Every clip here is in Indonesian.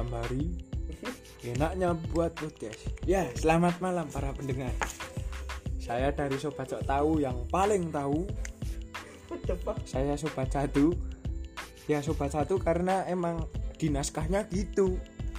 malam hari. Enaknya buat podcast. Ya, selamat malam para pendengar. Saya dari Sobat Sok Tahu yang paling tahu. Saya Sobat Satu. Ya Sobat Satu karena emang di naskahnya gitu.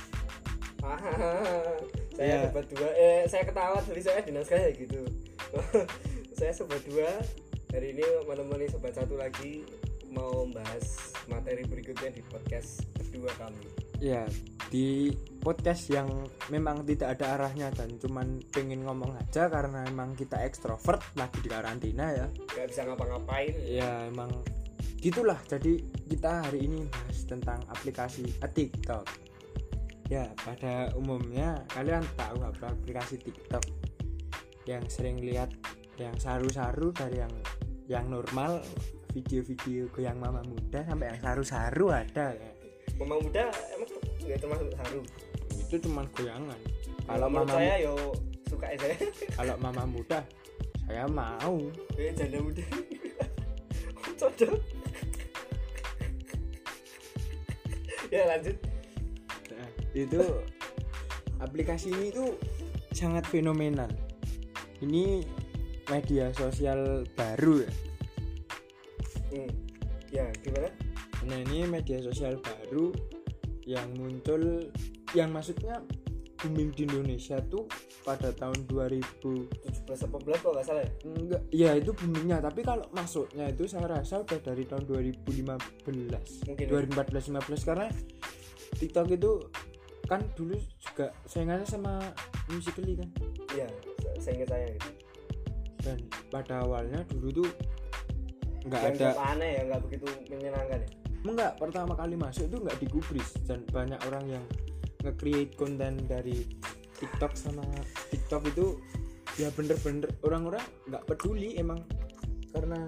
Saya Sobat Dua. Saya ketawa dari saya di naskahnya gitu. Saya Sobat Dua. Hari ini menemani Sobat Satu lagi mau bahas materi berikutnya di podcast kedua kami. Ya, di podcast yang memang tidak ada arahnya dan cuman pengen ngomong aja karena emang kita ekstrovert lagi di karantina ya. Gak bisa ngapa-ngapain. Ya emang gitulah. Jadi kita hari ini bahas tentang aplikasi TikTok. Ya, pada umumnya kalian tahu apa aplikasi TikTok yang sering lihat yang saru-saru dari yang normal, video-video goyang mama muda sampai yang saru-saru ada ya. Mama muda emang nggak termasuk saru. Itu cuma goyangan. Kalau mama saya yo suka saya. Kalau mama muda saya mau. Janda muda. Cocok. Ya lanjut. Nah, itu aplikasi ini tuh sangat fenomenal. Ini media sosial baru ya. Ya gimana? Nah ini media sosial baru yang muncul, yang maksudnya booming di Indonesia tuh pada tahun 2017 apa belas kalau nggak salah ya? Enggak, ya itu boomingnya. Tapi kalau masuknya itu saya rasa udah dari tahun 2015 mungkin 2014-15 karena TikTok itu kan dulu juga saingannya sama Musical.ly kan. Iya, saya ingat saya gitu. Dan pada awalnya dulu tuh nggak ada aneh ya, nggak begitu menyenangkan ya. Enggak, pertama kali masuk itu nggak digubris dan banyak orang yang nge-create konten dari TikTok sama TikTok itu ya bener-bener orang-orang nggak peduli emang karena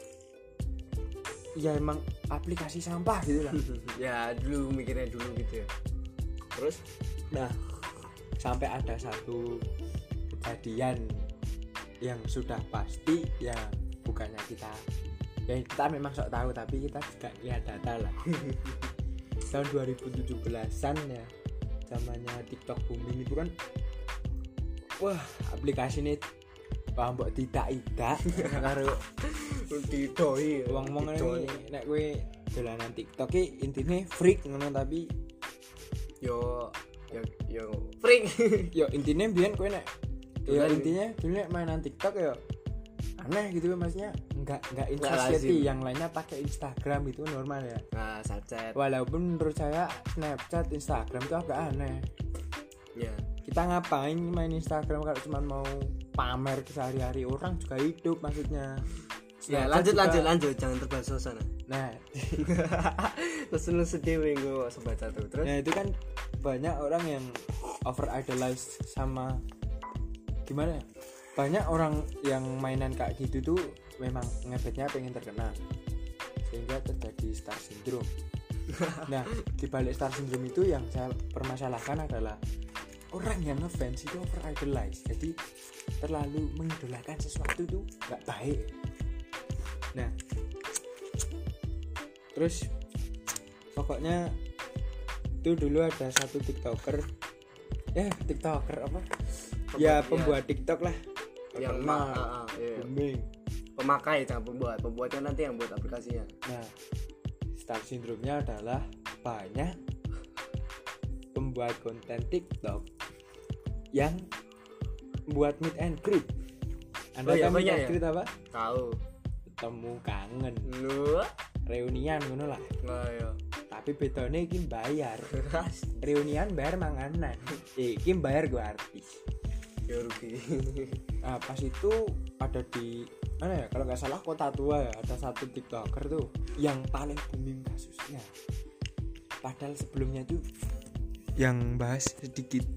ya emang aplikasi sampah gitu lah. Ya dulu mikirnya dulu gitu ya. Terus nah sampai ada satu kejadian yang sudah pasti ya, bukannya kita memang sok tahu tapi kita juga lihat data lah. Tahun 2017an ya, zamannya TikTok booming itu kan, wah aplikasi ini mbok tidak karo didoi wong-wong ini nek kowe dolanan TikTok ki intine freak ngono, tapi yo freak. Yo intine biyen kowe nek ya intinya dulu nek mainan TikTok ya aneh gitu maksudnya, enggak Instastory, yang lainnya pakai Instagram itu normal ya. Nah, Snapchat. Walaupun menurut saya Snapchat, Instagram itu agak aneh. Ya. Kita ngapain main Instagram kalau cuma mau pamer sehari-hari, orang juga hidup maksudnya. Ya, lanjut jangan terbahas suasana. Nah, terus sedih minggu Sobat Satu. Terus nah itu kan banyak orang yang over idolize sama gimana ya? Banyak orang yang mainan kayak gitu tuh memang ngebetnya pengen terkenal sehingga terjadi star syndrome. Nah di balik star syndrome itu yang saya permasalahkan adalah orang yang ngefans itu over idolize, jadi terlalu mengidolakan sesuatu itu nggak baik. Nah terus pokoknya itu dulu ada satu tiktoker apa ya, pembuat TikTok lah yang booming. Pemakai jangan pembuatnya nanti yang buat aplikasinya. Nah, star syndrome-nya adalah banyak pembuat konten TikTok yang buat meet and greet. Anda tahu meet and greet apa? Tahu. Ketemu kangen. Lu Reunian ngono lah. Oh iya. Tapi betone iki bayar. Reunian bayar manganan. Iki bayar gua artis. Ya rugi. Nah, pas itu ada di mana ya, kalau nggak salah Kota Tua ya, ada satu TikToker tuh yang paling booming kasusnya. Padahal sebelumnya tuh yang bahas sedikit,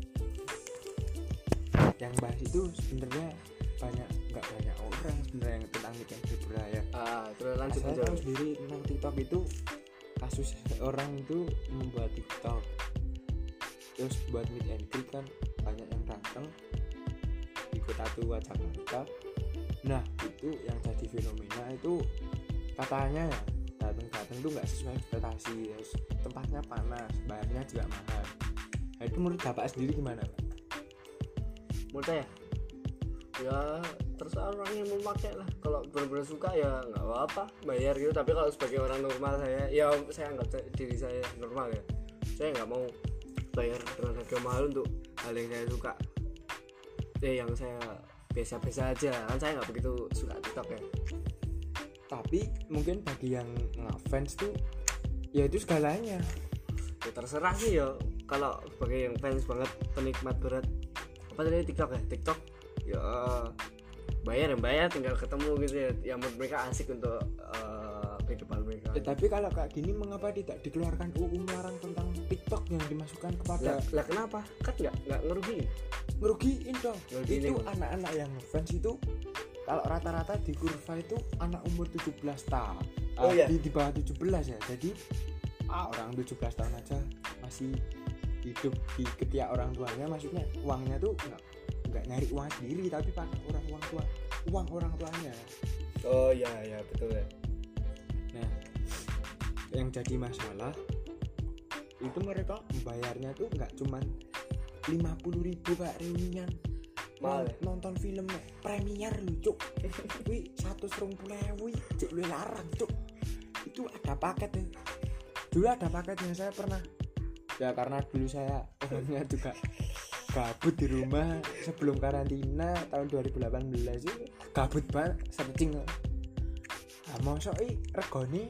yang bahas itu sebenarnya nggak banyak orang sebenarnya yang tentang meet and greet ya. Terus lanjut aja. Saya tahu sendiri tentang TikTok itu kasus orang itu membuat TikTok terus buat meet and greet kan banyak yang datang di Kota Tua Jakarta. Nah itu yang jadi fenomena itu katanya ya datang tuh nggak sesuai ekspektasi, tempatnya panas, bayarnya juga mahal. Nah, itu menurut Bapak sendiri gimana, Pak? Menurut saya ya terserah orang yang mau pakai lah. Kalau benar-benar suka ya nggak apa-apa bayar gitu, tapi kalau sebagai orang normal saya anggap diri saya normal ya, saya nggak mau bayar dengan harga mahal untuk hal yang saya suka, yang saya biasa-biasa aja kan, saya nggak begitu suka TikTok ya. Tapi mungkin bagi yang ngefans tuh ya itu segalanya. Ya terserah sih ya, kalau sebagai yang fans banget, penikmat berat apa tadi TikTok ya bayar tinggal ketemu gitu ya, yang menurut mereka asik untuk kehidupan mereka. Tapi kalau kayak gini mengapa tidak dikeluarkan UU melarang tentang TikTok yang dimasukkan kepada lah kenapa? Kan nggak ngerugiin dong. Ngerugiin Itu ya. anak-anak yang fans itu kalau rata-rata di kurva itu anak umur 17 tahun. Oh, iya. Di bawah 17 ya. Jadi orang 17 tahun aja masih hidup di ketiak orang tuanya, maksudnya uangnya tuh nggak nyari uang sendiri tapi pakai uang orang tuanya. Oh iya betul ya. Nah, yang jadi masalah itu mereka bayarnya tuh nggak cuman 50.000 kayak reunian nonton film premier lu cuk. Wih 120.000 cek lu larang cuk. Itu ada paket ya. Dulu ada paketnya, saya pernah ya, karena dulu saya orangnya juga gabut di rumah sebelum karantina tahun 2018 itu gabut banget searching. Mosok regane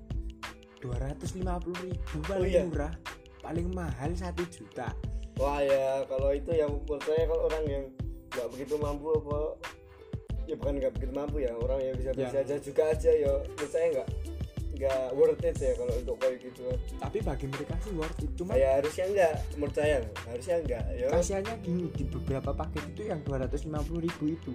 250.000 paling murah, paling mahal 1 juta. Wah ya, kalau itu yang menurut saya kalau orang yang nggak begitu mampu apa ya, bukan nggak begitu mampu ya, orang yang bisa aja juga aja ya, menurut saya nggak worth it ya kalau untuk kayak gitu kan. Tapi bagi mereka sih worth it, cuma ya harusnya enggak, menurut saya harusnya enggak ya. Kasiannya gini, di beberapa paket itu yang 250.000 itu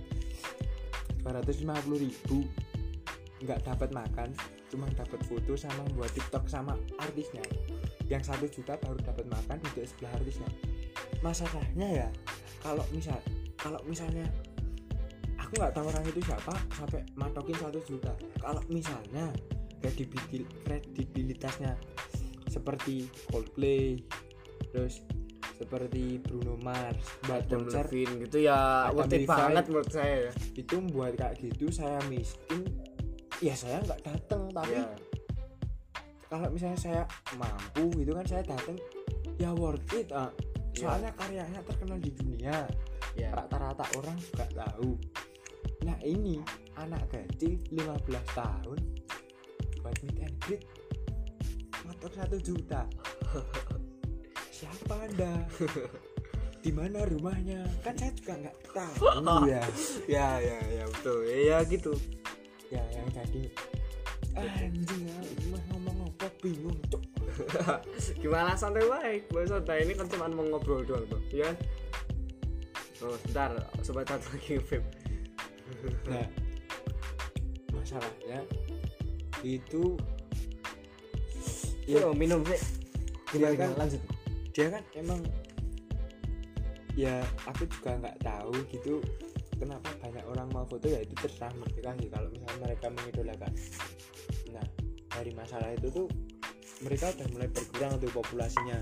250.000 nggak dapat makan, cuma dapat foto sama buat TikTok sama artisnya. Yang 1 juta baru dapat makan untuk sebelah artisnya. Masalahnya ya kalau misalnya aku nggak tahu orang itu siapa sampai matokin 1 juta. Kalau misalnya kredibilitasnya seperti Coldplay, terus seperti Bruno Mars, Adam Levine gitu ya, worth it banget menurut saya ya. Itu buat kayak gitu saya miskin ya saya nggak datang. Tapi kalau misalnya saya mampu gitu kan saya datang ya worth it. Soalnya karyanya terkenal di dunia, rata-rata orang juga tahu. Nah ini anak kecil 15 tahun buat meet and greet matok 1 juta. Siapa Anda? Di mana rumahnya? Kan saya juga nggak tahu ya. Ya betul ya gitu ya. Yang jadi anjing ngomong apa bingung cok. Gimana, santai baik santai, ini kan cuma mau ngobrol doang tuh ya. Sebentar sobat satu lagi vape. Nah masalahnya itu ya minum sih. Dia kan lanjut. Dia kan emang ya aku juga nggak tahu gitu kenapa banyak orang mau foto, ya itu terserah mereka sih kalau misalnya mereka mengidolakan. Nah dari masalah itu tuh mereka udah mulai berkurang tuh populasinya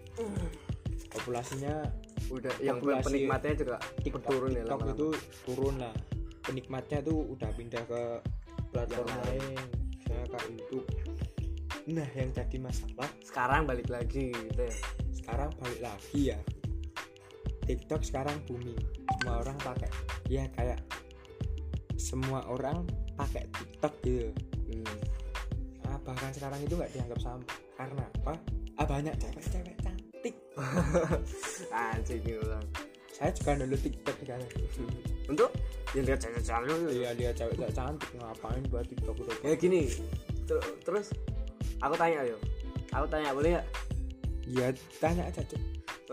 udah, yang penikmatnya juga turun ya TikTok itu turun lah, penikmatnya tuh udah pindah ke platform lain, saya ke YouTube. Nah yang jadi masalah sekarang balik lagi gitu ya. Ya TikTok sekarang booming, semua orang pakai, ya kayak semua orang pakai TikTok gitu. Bahkan sekarang itu nggak dianggap sama karena apa? Banyak cewek-cewek cantik. Anjing gitu kan. Saya juga download TikTok sekarang untuk yang lihat cewek cantik. Iya, lihat cewek cantik, ngapain buat TikTok itu? Ya gini, terus aku tanya boleh nggak? Iya, tanya aja cuk.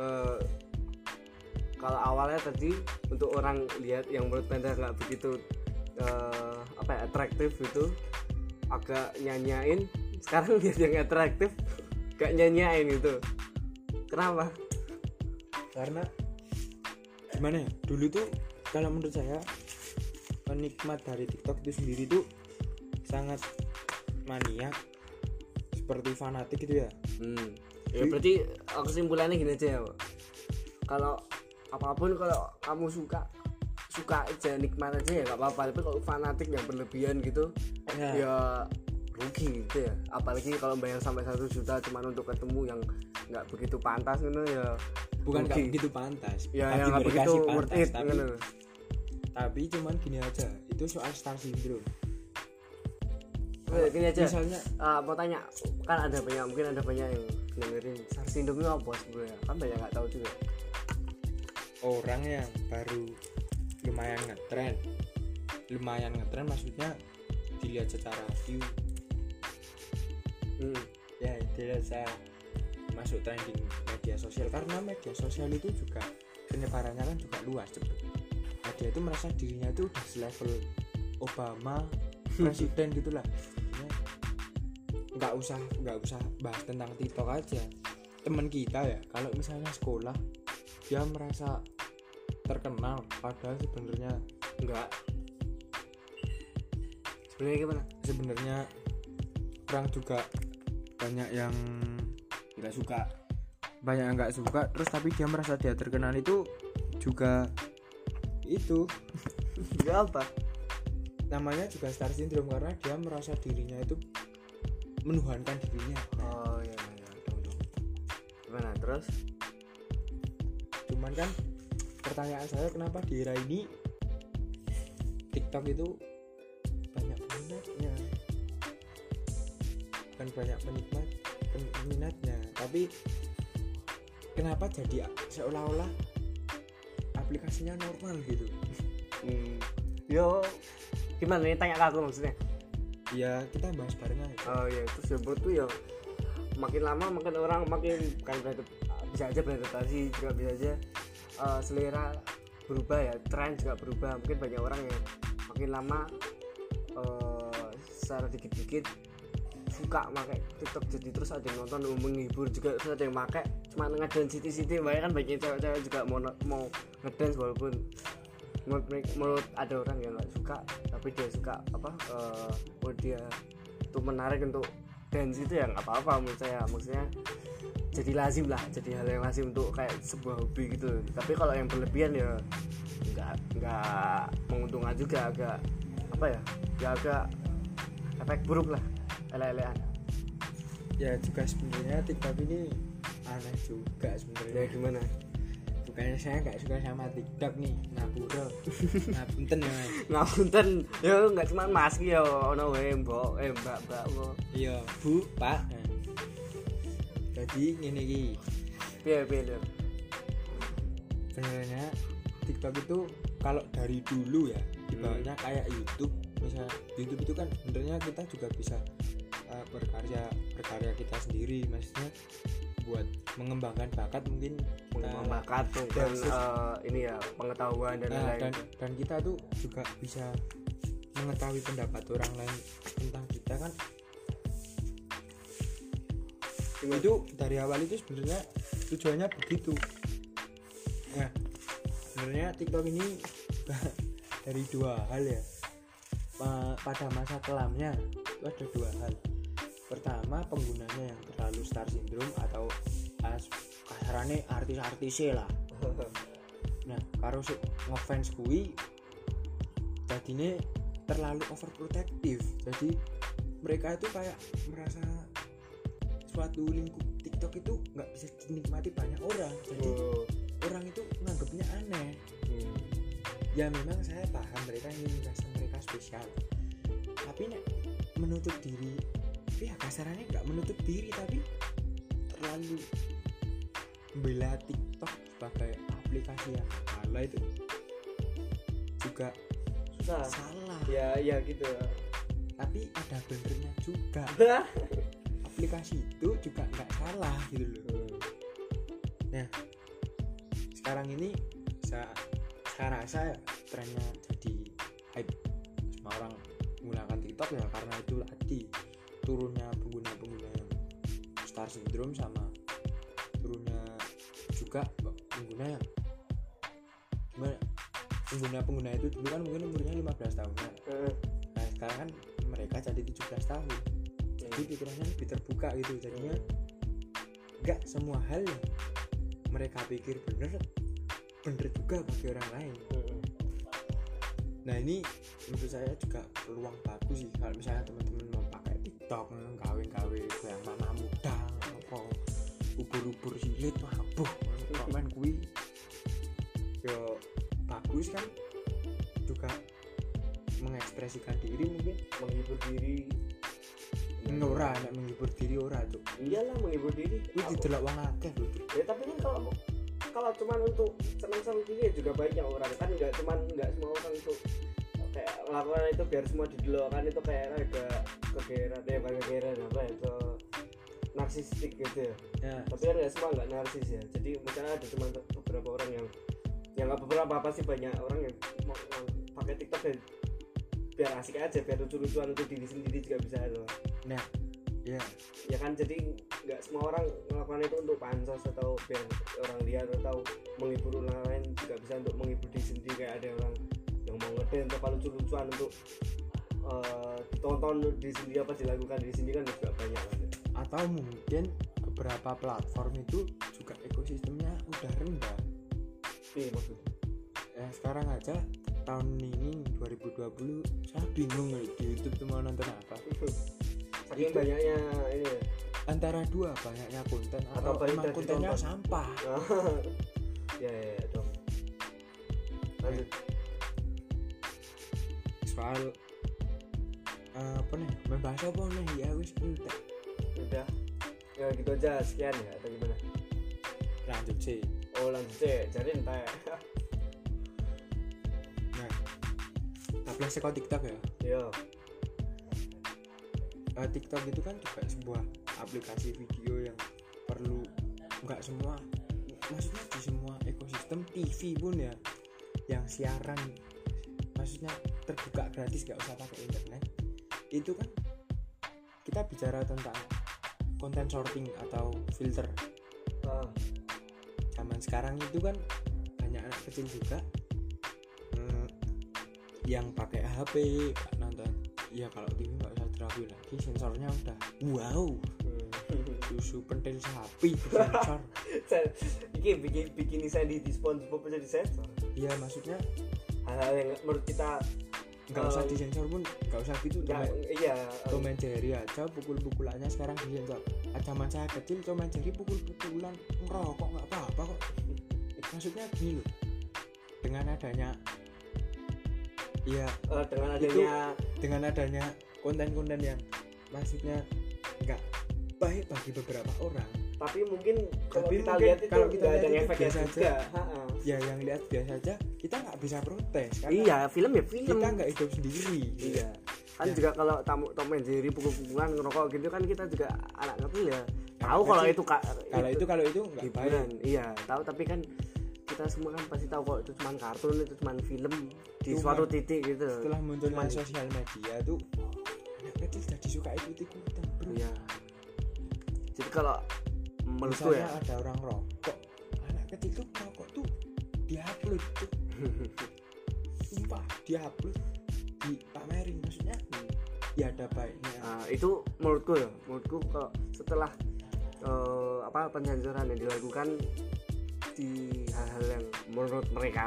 Kalau awalnya tadi untuk orang lihat yang menurut Penda nggak begitu atraktif itu, agak nyanyain. Sekarang lihat yang atraktif gak nyanyain itu, kenapa? Karena gimana ya, dulu tuh kalau menurut saya penikmat dari TikTok itu sendiri tuh sangat maniak, seperti fanatik gitu ya. Ya berarti kesimpulannya gini aja ya. Kalau apapun kalau kamu suka aja, nikmat aja ya nggak apa-apa. Tapi kalau fanatik yang berlebihan gitu ya rugi gitu ya. Apalagi kalau bayar sampai 1 juta cuma untuk ketemu yang nggak begitu pantas gitu ya. Bukan nggak begitu pantas Ya tapi nggak begitu pantas, worth it gitu. Tapi cuman gini aja, itu soal star syndrome. Gini aja. Misalnya mau tanya, kan mungkin ada banyak yang dengerin star syndrome itu apa sebenarnya? Kan banyak nggak tahu juga. orang yang baru lumayan ngetren maksudnya dilihat secara view ya dilihat secara masuk trending media sosial, karena media sosial itu juga penyebarannya kan juga luas cepet. Nah, dia itu merasa dirinya itu udah selevel Obama presiden gitulah. Nggak usah bahas tentang TikTok aja. Teman kita ya kalau misalnya sekolah dia merasa terkenal padahal sebenarnya enggak. Sebenarnya gimana? Sebenarnya orang juga banyak yang nggak suka terus tapi dia merasa dia terkenal itu juga itu nggak apa namanya juga star syndrome, karena dia merasa dirinya itu menuhankan dirinya. Oh iya dong. Gimana terus? Cuman kan pertanyaan saya, kenapa di era ini TikTok itu banyak peminatnya, bukan banyak peminatnya, tapi kenapa jadi seolah-olah aplikasinya normal gitu. Yo gimana nih, tanya ke aku maksudnya? Ya kita bahas bareng aja. Oh iya, terus ya menurutku ya makin lama makin orang makin bisa aja beradaptasi, juga bisa aja selera berubah ya, tren juga berubah. Mungkin banyak orang yang makin lama secara dikit-dikit suka pakai TikTok, jadi terus ada yang nonton menghibur juga, terus ada yang pakai cuma ngedance city banyak kan, banyak cewek-cewek juga mau ngedance walaupun menurut ada orang yang nggak suka, tapi dia suka dia itu menarik untuk dance itu ya nggak apa-apa menurut saya. Maksudnya jadi lazim lah, jadi hal yang lazim untuk kayak sebuah hobi gitu. Tapi kalau yang berlebihan ya nggak menguntungkan juga, agak agak efek buruk lah, elek-elekan. Ya juga sebenarnya TikTok ini aneh juga sebenarnya. Ya gimana? Bukannya saya nggak suka sama TikTok nih, ngapura. Ngapunten ya Mas. Ngapunten, ya nggak cuma Mas ki ya, ono wae mbok, mbak kok. Iya, Bu, Pak. Jadi ngene iki. Piye. Sebenarnya TikTok itu kalau dari dulu ya dibawanya kayak YouTube. Misalnya YouTube itu kan sebenarnya kita juga bisa berkarya kita sendiri, maksudnya buat mengembangkan bakat, mungkin bakat dan ini ya pengetahuan dan lain-lain. Dan kita tuh juga bisa mengetahui pendapat orang lain tentang kita kan. Itu dari awal itu sebenarnya tujuannya begitu. Nah, sebenarnya TikTok ini dari dua hal ya. Pada masa kelamnya itu ada dua hal. Pertama, penggunanya yang terlalu star syndrome atau kasarannya artis-artis lah. Nah, karo ngefans kuwi jadinya terlalu overprotective. Jadi mereka itu kayak merasa suatu lingkup TikTok itu nggak bisa dinikmati banyak orang. Jadi orang itu nganggapnya aneh. Ya memang saya paham mereka ingin merasa mereka spesial, tapi nek menutup diri, ya kasarannya nggak menutup diri tapi terlalu membela TikTok sebagai aplikasi yang salah, itu juga salah. Ya gitu. Tapi ada benernya juga. Aplikasi itu juga nggak salah gitu loh. Nah, sekarang ini saya rasa ya, trennya jadi hype, semua orang menggunakan TikTok ya karena itu tadi turunnya pengguna yang star syndrome sama turunnya juga pengguna yang pengguna itu dulu kan mungkin umurnya 15 tahun kan. Nah sekarang kan mereka jadi 17 tahun, jadi pikirannya lebih terbuka gitu, jadinya nggak semua hal yang mereka pikir bener juga bagi orang lain. Nah ini menurut saya juga peluang bagus sih kalau misalnya teman-teman mau pakai TikTok gawe yang mama muda apa ubur-ubur silit wabuh komen kuwi yo bagus kan, juga mengekspresikan diri, mungkin menghibur diri. ora nek menghibur diri ora tuh. Iyalah menghibur diri Kuwi didelok wong akeh lho. ya, tapi kan kalau cuman untuk senang-senang diri ya juga banyak orang kan, nggak semua orang itu kayak melakukan itu biar semua didelok kan, itu kayak ada kegeeran apa itu narsistik gitu ya. Tapi kan nggak semua nggak narsis ya, jadi misalnya ada cuma beberapa orang yang nggak beberapa, pasti banyak orang yang mau pakai TikTok dan biar asik aja, biar lucu-lucuan untuk diri sendiri juga bisa loh. Nah Ya kan, jadi nggak semua orang melakukan itu untuk pansos atau biar orang lihat atau menghibur orang lain, juga bisa untuk menghibur diri sendiri. Kayak ada orang yang mau ngedance atau lucu-lucuan untuk ditonton diri sendiri, apa dilakukan diri sendiri kan juga banyak kan. Atau mungkin beberapa platform itu juga ekosistemnya udah rendah. Maksudnya Ya sekarang aja tahun ini 2020 saya bingung di YouTube tuh mau nonton apa. Saking banyaknya ini ya. Antara dua, banyaknya konten atau emang kontennya sampah. ya dong. Lanjut. Soal apa nih? Membahas apa nih? Ya wis entek. Udah. Ya gitu aja, sekian ya atau gimana? Lanjut sih. Lanjut sih, jadi entek. Nah, tapi sekolah TikTok ya. Iya. TikTok itu kan juga sebuah aplikasi video yang perlu, nggak semua, maksudnya di semua ekosistem TV pun ya yang siaran, maksudnya terbuka gratis, nggak usah pakai internet. Itu kan kita bicara tentang content sorting atau filter. Zaman sekarang itu kan banyak anak kecil juga yang pakai HP nonton. Ya kalau TV nggak usah diraguin lagi, sensornya udah wow, susu pentil sapi sensor. Ini bikin saya di SpongeBob aja disensor. Iya maksudnya hal-hal yang menurut kita nggak usah disensor pun, nggak usah gitu. Iya. Tom and Jerry aja pukul-pukulannya sekarang disensor. Zaman saya kecil Tom and Jerry pukul-pukulan ngerokok nggak apa-apa kok. Maksudnya gini loh, dengan adanya dengan adanya konten-konten yang maksudnya nggak baik bagi beberapa orang, tapi mungkin kalau kita lihat itu nggak ada efeknya juga. Ya yang lihat biasa aja, kita nggak bisa protes karena iya, film kita nggak hidup sendiri. Iya kan ya. Juga kalau Tom and Jerry pukul-pukulan ngerokok gitu kan, kita juga anak kecil ya tahu kalau itu nggak baik. Iya tahu, tapi kan kita semua kan pasti tahu kalau itu cuma kartun, itu cuma film di suatu titik gitu. Setelah munculnya sosial media tuh anak kecil jadi suka ikut-ikutan bro. Iya. Jadi kalau menurutku ya ada orang rokok, anak kecil tuh rokok tuh diupload tuh. Sumpah diupload, dipamerin, maksudnya ya ada baiknya. Itu menurutku kalau setelah pensensoran yang dilakukan di hal-hal yang menurut mereka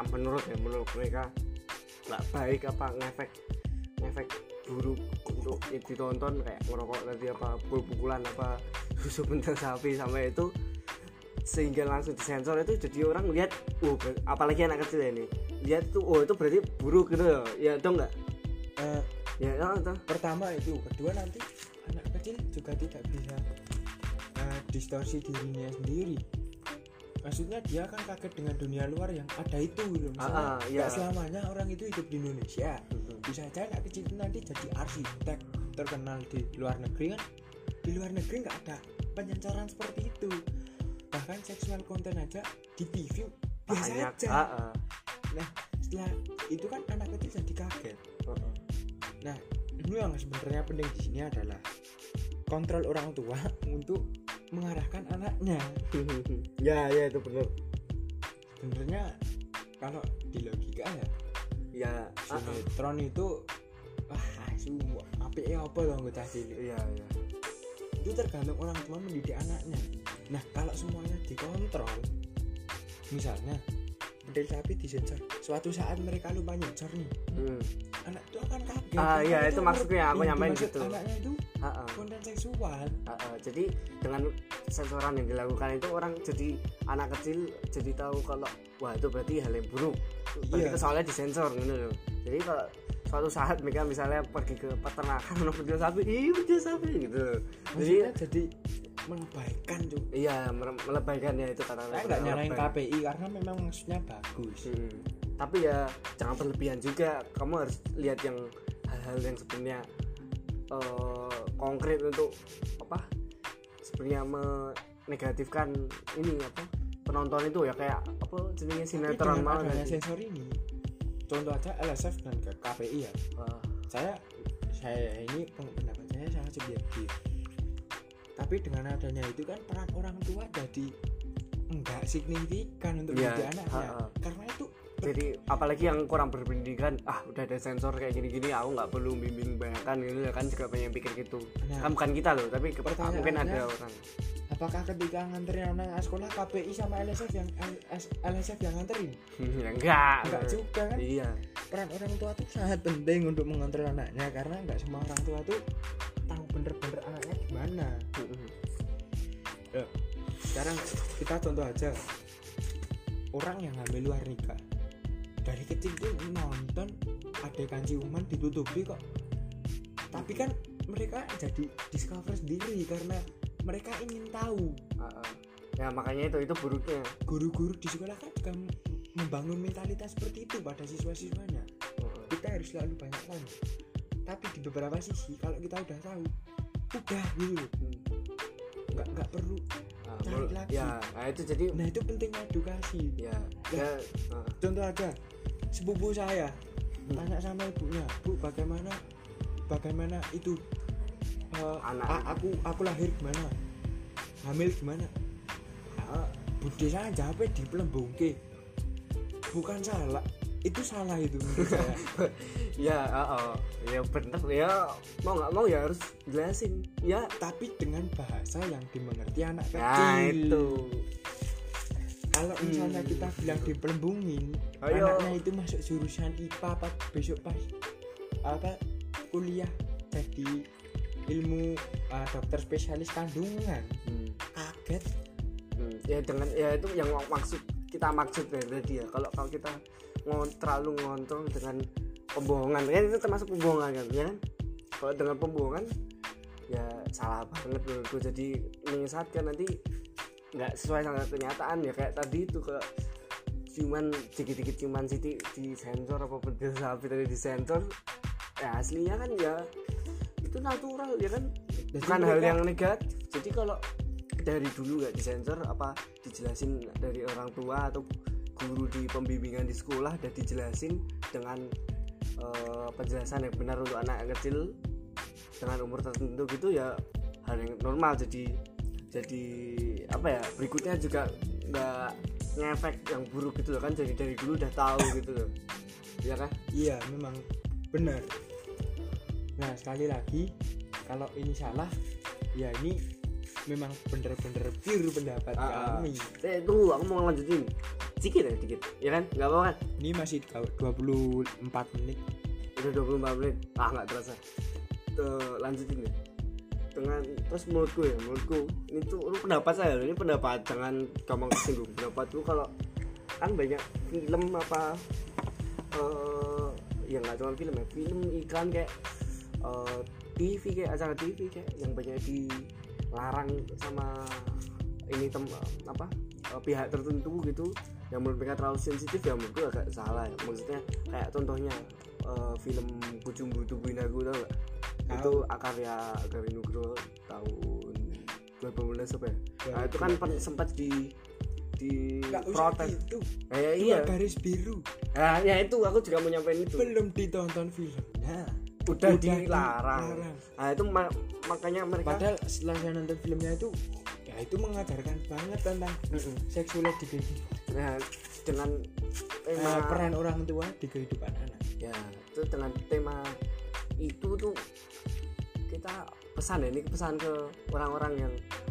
nggak baik, apa ngefek buruk untuk ditonton, kayak ngerokok tadi, apa pukul-pukulan, apa susu pentil sapi sampai itu, sehingga langsung disensor. Itu jadi orang lihat, apalagi anak kecil ini lihat tuh, itu berarti buruk gitu ya, itu enggak? Pertama itu, kedua nanti anak kecil juga tidak bisa distorsi dirinya sendiri. Maksudnya dia kan kaget dengan dunia luar yang ada itu loh. Misalnya gak selamanya orang itu hidup di Indonesia. Bisa aja anak kecil itu nanti jadi arsitek terkenal di luar negeri kan. Di luar negeri gak ada penyensoran seperti itu. Bahkan seksual konten aja di TV biasa aja. Nah setelah itu kan anak kecil jadi kaget. Nah ini yang sebenarnya penting di sini adalah kontrol orang tua untuk mengarahkan anaknya. ya itu benar. Sebenarnya kalau di logika ya sinetron itu semua apike apa loh nggak cilik. Iya. itu tergantung orang tua mendidik anaknya. Nah kalau semuanya dikontrol, misalnya model sapi disensor, suatu saat mereka lupa nyensor nih, anak itu akan kaget. Iya itu maksudnya aku nyamain gitu. Anaknya itu konten seksual. Jadi dengan sensoran yang dilakukan itu orang jadi anak kecil jadi tahu kalau wah itu berarti hal yang buruk. Berarti itu soalnya disensor gitu loh. Jadi kalau suatu saat mereka misalnya pergi ke peternakan video sapi gitu. Jadi melebaikan tuh. Iya, melebaikan ya itu karena saya nggak nyalain KPI karena memang maksudnya bagus. Tapi ya jangan berlebihan juga. Kamu harus lihat yang hal-hal yang sebenarnya konkret untuk apa? Sebenarnya menegatifkan ini apa? Penonton itu ya kayak apa jenisnya sinetron malah sensor ini. Contoh aja LSF dan KPI ya. Saya ini pendapat saya sangat subjektif. Tapi dengan adanya itu kan peran orang tua jadi enggak signifikan untuk mendidik anaknya. Karena itu jadi apalagi yang kurang berpendidikan, udah ada sensor kayak gini-gini, aku nggak perlu bimbing bayangkan gitu ya kan, juga banyak pikir gitu. Kan bukan kita loh, tapi mungkin ada orang. Apakah ketika nganterin anak sekolah KPI sama LSF yang nganterin? Enggak juga kan? Iya. Peran orang tua tuh sangat penting untuk mengontrol anaknya karena enggak semua orang tua tuh tahu bener-bener anaknya gimana. Sekarang kita contoh aja orang yang hamil luar nikah, dari kecil tuh nonton adegan ciuman ditutupi kok, tapi kan mereka jadi discover sendiri karena mereka ingin tahu. Ya makanya itu buruknya. Guru-guru di sekolah kan juga membangun mentalitas seperti itu pada siswa-siswanya. Kita harus selalu banyak tahu. Tapi di beberapa sisi kalau kita udah tahu, udah gitu. Nggak perlu cari lagi. Ya, itu jadi. Nah itu pentingnya edukasi. Ya. Contoh aja, sepupu saya tanya sama ibunya, Bu bagaimana itu aku lahir gimana, hamil gimana, bude saya jawabnya di pelembungke, bukan salah, itu salah itu menurut saya. Ya benar ya, mau nggak mau ya harus jelasin ya, tapi dengan bahasa yang dimengerti anak kecil. Nah itu kalau misalnya kita bilang dipelembungin, anaknya itu masuk jurusan IPA besok pas kuliah jadi ilmu dokter spesialis kandungan, kaget. Ya dengan ya itu yang kita maksud tadi ya. Kalau kita terlalu ngontrol dengan pembohongan, ya itu termasuk pembohongan kan, ya kan? Kalau dengan pembohongan ya salah banget menurutku, jadi menyesatkan, nanti nggak sesuai sama kenyataan ya. Kayak tadi itu ke cuman dikit-dikit cuman Siti disensor apa video sapi tadi disensor, ya aslinya kan ya itu natural ya kan, bukan hal yang negatif. Jadi kalau dari dulu nggak disensor, apa dijelasin dari orang tua atau guru di pembimbingan di sekolah udah dijelasin dengan penjelasan yang benar untuk anak kecil dengan umur tertentu gitu ya, hal yang normal. Jadi apa ya, berikutnya juga nggak ngefek yang buruk gitu loh kan, jadi dari dulu udah tahu gitu loh ya kan. Iya memang benar. Nah sekali lagi, kalau ini salah ya ini memang bener-bener pure pendapat kami. Tunggu, aku mau lanjutin dikit ya kan, nggak apa-apa kan, ini masih 24 menit. Udah 24 menit, nggak terasa. Lanjutin deh dengan terus menurutku ini tuh pendapat saya, ini pendapat, jangan gampang kesinggung. Pendapatku kalau kan banyak film apa ya nggak cuma film ya, film iklan kayak TV, kayak acara TV kayak yang banyak dilarang sama ini pihak tertentu gitu, yang menurut mereka terlalu sensitif, ya menurutku agak salah ya. Maksudnya kayak contohnya film Kucumbu Tubuhin Aku, tau gak? Itu karya Gari Nugroho tahun 2015 apa ya? Nah itu kan sempat di protes itu. Iya. Garis biru. Nah ya itu aku juga mau nyampein itu. Belum ditonton filmnya. Udah dilarang. Nah itu makanya mereka. Padahal setelah saya nonton filmnya itu, ya itu mengajarkan banget tentang seksualitas. Nah dengan tema peran orang tua di kehidupan anak. Ya itu dengan tema itu tuh kita pesan ya, ini pesan ke orang-orang yang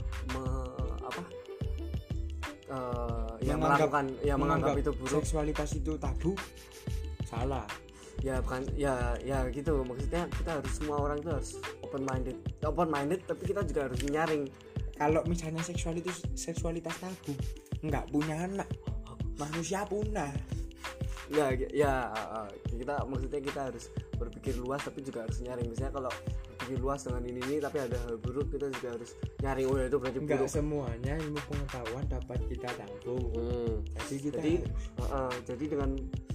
yang menganggap itu buruk, seksualitas itu tabu, salah. Ya bukan ya gitu, maksudnya kita harus, semua orang itu harus open minded, tapi kita juga harus nyaring. Kalau misalnya seksualitas tabu, nggak punya anak, manusia punah. Kita maksudnya kita harus berpikir luas tapi juga harus nyaring. Misalnya kalau berpikir luas dengan ini tapi ada hal buruk, kita juga harus nyaring. Oh ya, itu berarti buruk. Nggak semuanya ilmu pengetahuan dapat kita tampung. Jadi dengan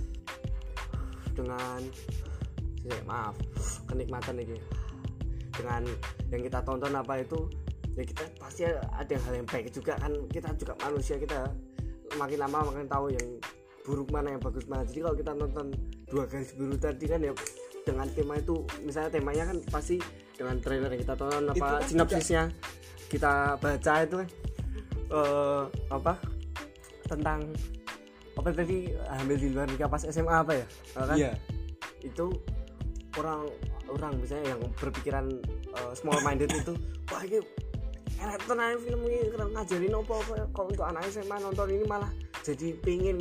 kenikmatan ini, dengan yang kita tonton apa itu, ya kita pasti ada hal yang baik juga kan. Kita juga manusia, kita makin lama makin tahu yang buruk mana, yang bagus mana. Jadi kalau kita nonton 2 garis biru tadi kan ya, dengan tema itu, misalnya temanya kan pasti dengan trailer yang kita tonton apa kan sinopsisnya kita baca itu kan tentang apa tadi, hamil di luar nikah pas SMA apa ya kan? Iya. Itu orang misalnya yang berpikiran small minded itu, wah ini enak tenan film ini, ngajarin apa kalau untuk anak SMA nonton ini malah jadi pingin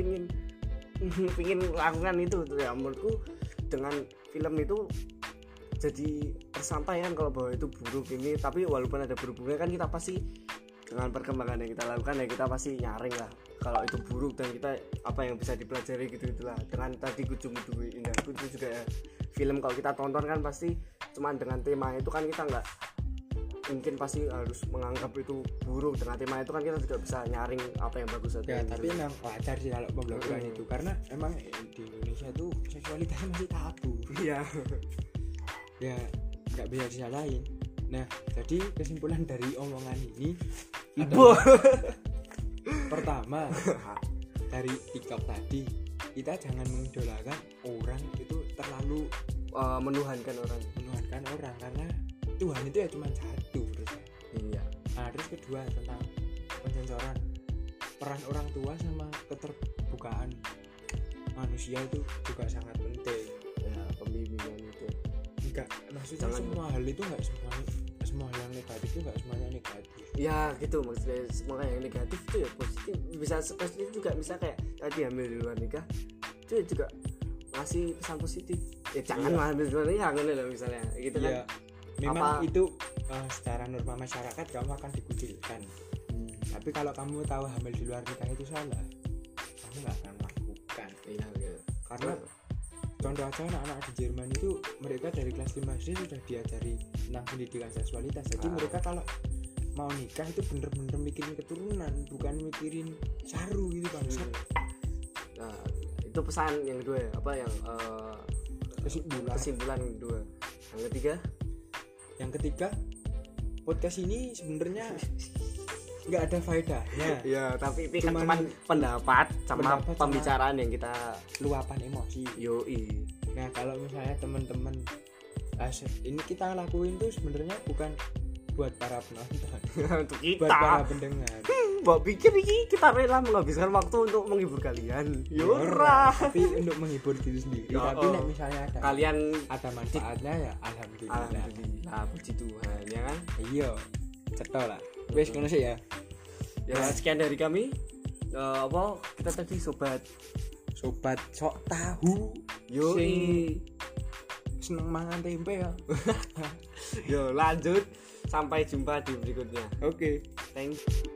lakukan itu. Ya menurutku dengan film itu jadi tersampaikan kalau bahwa itu buruk ini, tapi walaupun ada buruknya kan kita pasti dengan perkembangan yang kita lakukan ya kita pasti nyaring lah kalau itu buruk, dan kita apa yang bisa dipelajari gitu-gitulah. Dengan tadi Kucumudu Indahku itu juga ya, film kalau kita tonton kan pasti cuman dengan tema itu kan kita nggak mungkin pasti harus menganggap itu buruk. Dengan tema itu kan kita juga bisa nyaring apa yang bagus atau ya, tapi memang wajar sih kalau pembelajaran itu, karena emang di Indonesia tuh seksualitasnya masih tabu. Iya. Ya nggak bisa disalahin. Nah, jadi kesimpulan dari omongan ini adalah pertama, dari TikTok tadi, kita jangan mengidolakan orang itu terlalu menuhankan orang karena Tuhan itu ya cuma satu menurut saya. Iya. Nah, terus kedua tentang pensensoran, peran orang tua sama keterbukaan manusia itu juga sangat penting. Ya, pembimbingan itu. Enggak, maksudnya semua hal itu enggak semua hal yang negatif itu enggak semuanya negatif. Ya gitu, maksudnya semua yang negatif itu ya positif, bisa positif juga. Misalnya kayak tadi hamil di luar nikah itu juga ngasih pesan positif. Ya jangan hamil di luar nikah kan loh misalnya gitu kan. Ya, memang itu secara norma masyarakat kamu akan dikucilkan. Tapi kalau kamu tahu hamil di luar nikah itu salah, kamu enggak akan melakukan. Iya gitu. Karena contoh aja anak-anak di Jerman itu, mereka dari kelas 5 SD sudah diajari tentang pendidikan seksualitas. Jadi mereka kalau mau nikah itu bener-bener mikirin keturunan, bukan mikirin saru gitu kan. Nah, itu pesan yang kedua ya, apa yang kesimpulan yang kedua. Yang ketiga, podcast ini sebenarnya nggak ada faedahnya. Ya, tapi ini kan cuma pendapat sama pembicaraan yang kita luapan emosi. Yoi. Nah, kalau misalnya teman-teman ini kita lakuin tuh sebenarnya bukan buat para penonton, untuk kita, buat para pendengar. Mbak pikir ini kita rela menghabiskan waktu untuk menghibur kalian. Yora. Tapi untuk menghibur diri sendiri. Tapi nek misalnya kalian ada manfaatnya ya alhamdulillah. Alhamdulillah, puji Tuhan ya kan. Iya, cetol lah. Wes ngono sih ya. Ya sekian dari kami. Kita tadi sobat sok tahu. Yoi. Seneng mangan tempe ya. Yo lanjut, sampai jumpa di berikutnya. Oke. Thank you.